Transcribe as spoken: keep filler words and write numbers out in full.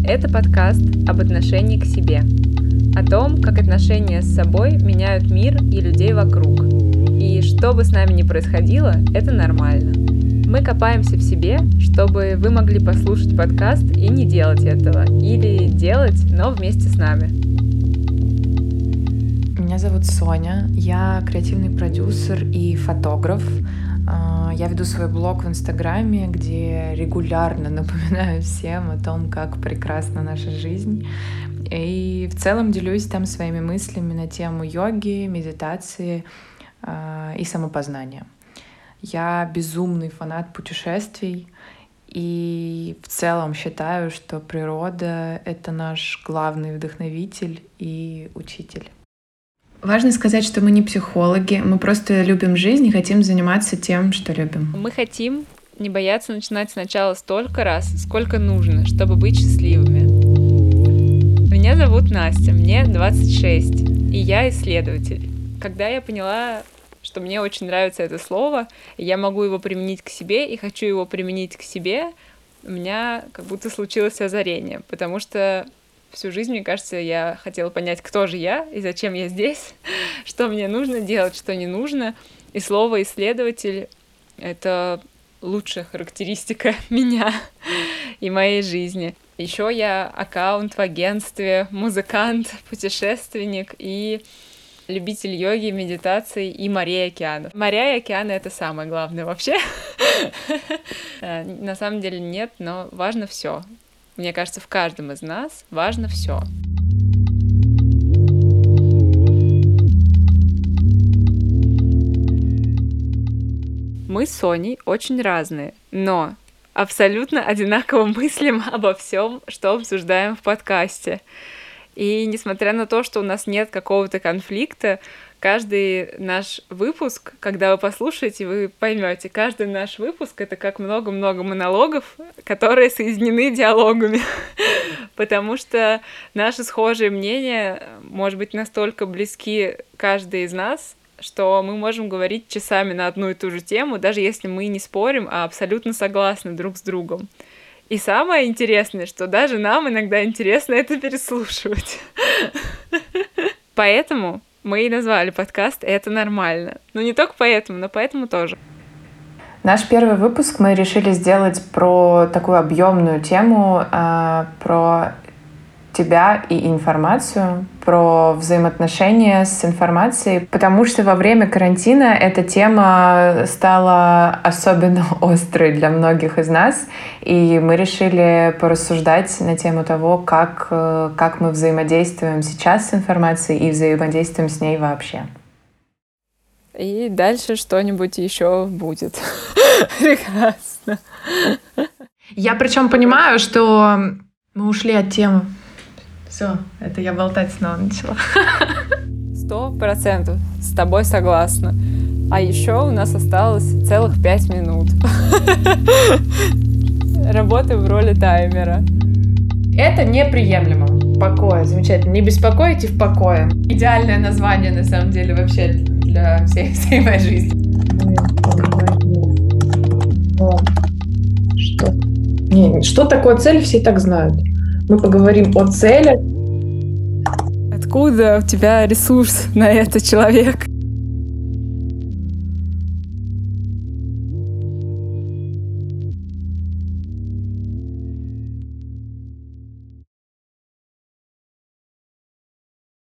Это подкаст об отношении к себе, о том, как отношения с собой меняют мир и людей вокруг. И что бы с нами ни происходило, это нормально. Мы копаемся в себе, чтобы вы могли послушать подкаст и не делать этого, или делать, но вместе с нами. Меня зовут Соня, я креативный продюсер и фотограф. Я веду свой блог в Инстаграме, где регулярно напоминаю всем о том, как прекрасна наша жизнь. И в целом делюсь там своими мыслями на тему йоги, медитации и самопознания. Я безумный фанат путешествий и в целом считаю, что природа — это наш главный вдохновитель и учитель. Важно сказать, что мы не психологи, мы просто любим жизнь и хотим заниматься тем, что любим. Мы хотим не бояться начинать сначала столько раз, сколько нужно, чтобы быть счастливыми. Меня зовут Настя, мне двадцать шесть, и я исследователь. Когда я поняла, что мне очень нравится это слово, и я могу его применить к себе, и хочу его применить к себе, у меня как будто случилось озарение, потому что всю жизнь, мне кажется, я хотела понять, кто же я и зачем я здесь, что мне нужно делать, что не нужно. И слово «исследователь» — это лучшая характеристика меня и моей жизни. Еще я аккаунт в агентстве, музыкант, путешественник и любитель йоги, медитации и морей и океанов. Моря и океаны — это самое главное вообще. На самом деле нет, но важно все. Мне кажется, в каждом из нас важно все. Мы с Соней очень разные, но абсолютно одинаково мыслим обо всем, что обсуждаем в подкасте. И несмотря на то, что у нас нет какого-то конфликта, каждый наш выпуск, когда вы послушаете, вы поймете, каждый наш выпуск — это как много-много монологов, которые соединены диалогами, потому что наши схожие мнения, может быть, настолько близки каждый из нас, что мы можем говорить часами на одну и ту же тему, даже если мы не спорим, а абсолютно согласны друг с другом. И самое интересное, что даже нам иногда интересно это переслушивать. Поэтому мы и назвали подкаст «Это нормально». Ну, не только поэтому, но поэтому тоже. Наш первый выпуск мы решили сделать про такую объемную тему, про тебя и информацию, про взаимоотношения с информацией, потому что во время карантина эта тема стала особенно острой для многих из нас, и мы решили порассуждать на тему того, как, как мы взаимодействуем сейчас с информацией и взаимодействуем с ней вообще. И дальше что-нибудь еще будет. Прекрасно. Я причем понимаю, что мы ушли от темы. Все, это я болтать снова начала. Сто процентов с тобой согласна. А еще у нас осталось целых пять минут. Работаю в роли таймера. Это неприемлемо. Покой, замечательно. Не беспокойте в покое. Идеальное название, на самом деле, вообще для всей, всей моей жизни. Что? Не, что такое цель, все и так знают. Мы поговорим о целях. Откуда у тебя ресурс на это, человек?